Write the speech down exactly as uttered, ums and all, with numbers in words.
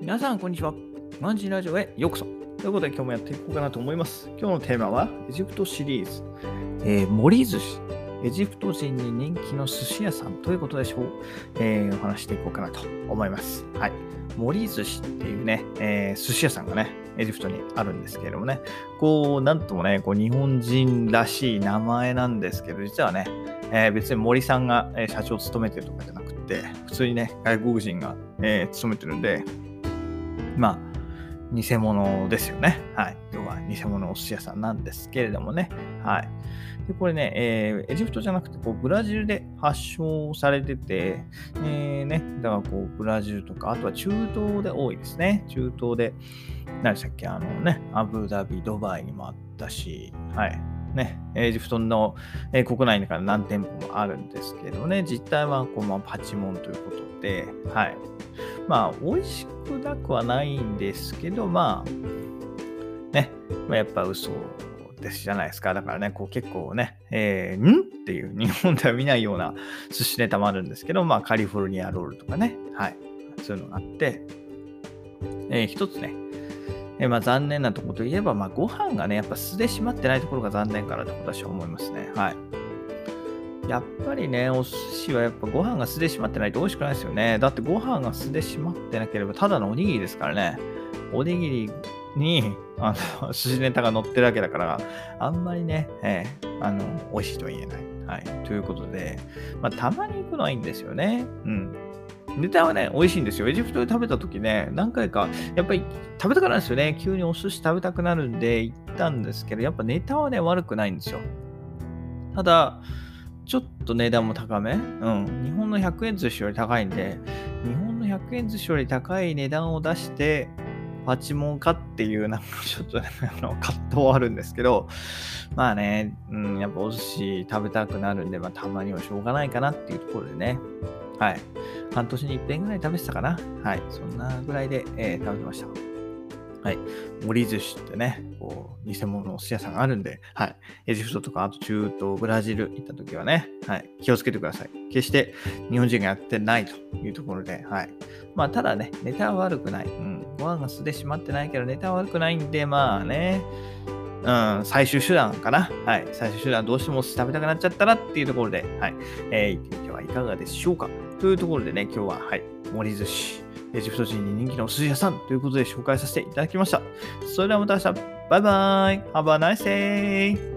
皆さん、こんにちは。マンジーラジオへようこそ。ということで、今日もやっていこうかなと思います。今日のテーマは、エジプトシリーズ、えー、盛寿司。エジプト人に人気の寿司屋さんということでしょう。えー、お話していこうかなと思います。はい。盛寿司っていうね、えー、寿司屋さんがね、エジプトにあるんですけれどもね、こう、なんともね、こう日本人らしい名前なんですけど、実はね、えー、別に森さんが、えー、社長を務めてるとかじゃなくて、普通にね、外国人が、えー、務めてるんで、まあ、偽物ですよね。はい。要は偽物お寿司屋さんなんですけれどもね。はい。で、これね、えーエジプトじゃなくて、こう、ブラジルで発祥されてて、えーね、だからこう、ブラジルとか、あとは中東で多いですね。中東で、何でしたっけ、あのね、アブダビ、ドバイにもあったし、はい。ね、エジプトの、えー国内にから何店舗もあるんですけどね、実態はこう、まあ、パチモンということで、はい。まあ、美味しくなくはないんですけど、まあ、ね、まあ、やっぱ嘘ですじゃないですか。だからね、こう結構ね、えー、んっていう日本では見ないような寿司ネタもあるんですけど、まあ、カリフォルニアロールとかね、はい、そういうのがあって、えー一つね、えーまあ、残念なところといえば、まあ、ご飯がね、やっぱ素で締まってないところが残念かなと私は思いますね。はい。やっぱりね、お寿司はやっぱご飯が素で締まってないと美味しくないですよね。だってご飯が素で締まってなければただのおにぎりですからね。おにぎりにあの寿司ネタが乗ってるわけだから、あんまりね、えーあの、美味しいとは言えない。はい。ということで、まあ、たまに行くのはいいんですよね。うん。ネタはね、美味しいんですよ。エジプトで食べた時ね、何回か、やっぱり食べたくなるんですよね。急にお寿司食べたくなるんで行ったんですけど、やっぱネタはね、悪くないんですよ。ただ、ちょっと値段も高め、うん。日本のひゃくえん寿司より高いんで、日本のひゃくえん寿司より高い値段を出して、パチモンかっていう、なんかちょっとね、あの、葛藤はあるんですけど、まあね、うん、やっぱお寿司食べたくなるんで、まあたまにはしょうがないかなっていうところでね。はい。半年に一遍ぐらい食べてたかな。はい。そんなぐらいで、えー食べてました。はい。盛り寿司ってね、こう、偽物のお寿司屋さんがあるんで、はい。エジプトとか、あと中東、ブラジル行った時はね、はい。気をつけてください。決して日本人がやってないというところで、はい。まあ、ただね、ネタは悪くない。うん。ご飯が素で閉まってないけど、ネタは悪くないんで、まあね、うん、最終手段かな。はい。最終手段、どうしてもお寿司食べたくなっちゃったらっていうところで、はい。えー、行ってみてはいかがでしょうか。というところでね、今日は、はい。盛り寿司。エジプト人に人気のお寿司屋さんということで紹介させていただきました。それではまた明日。バイバイ。Have a nice day.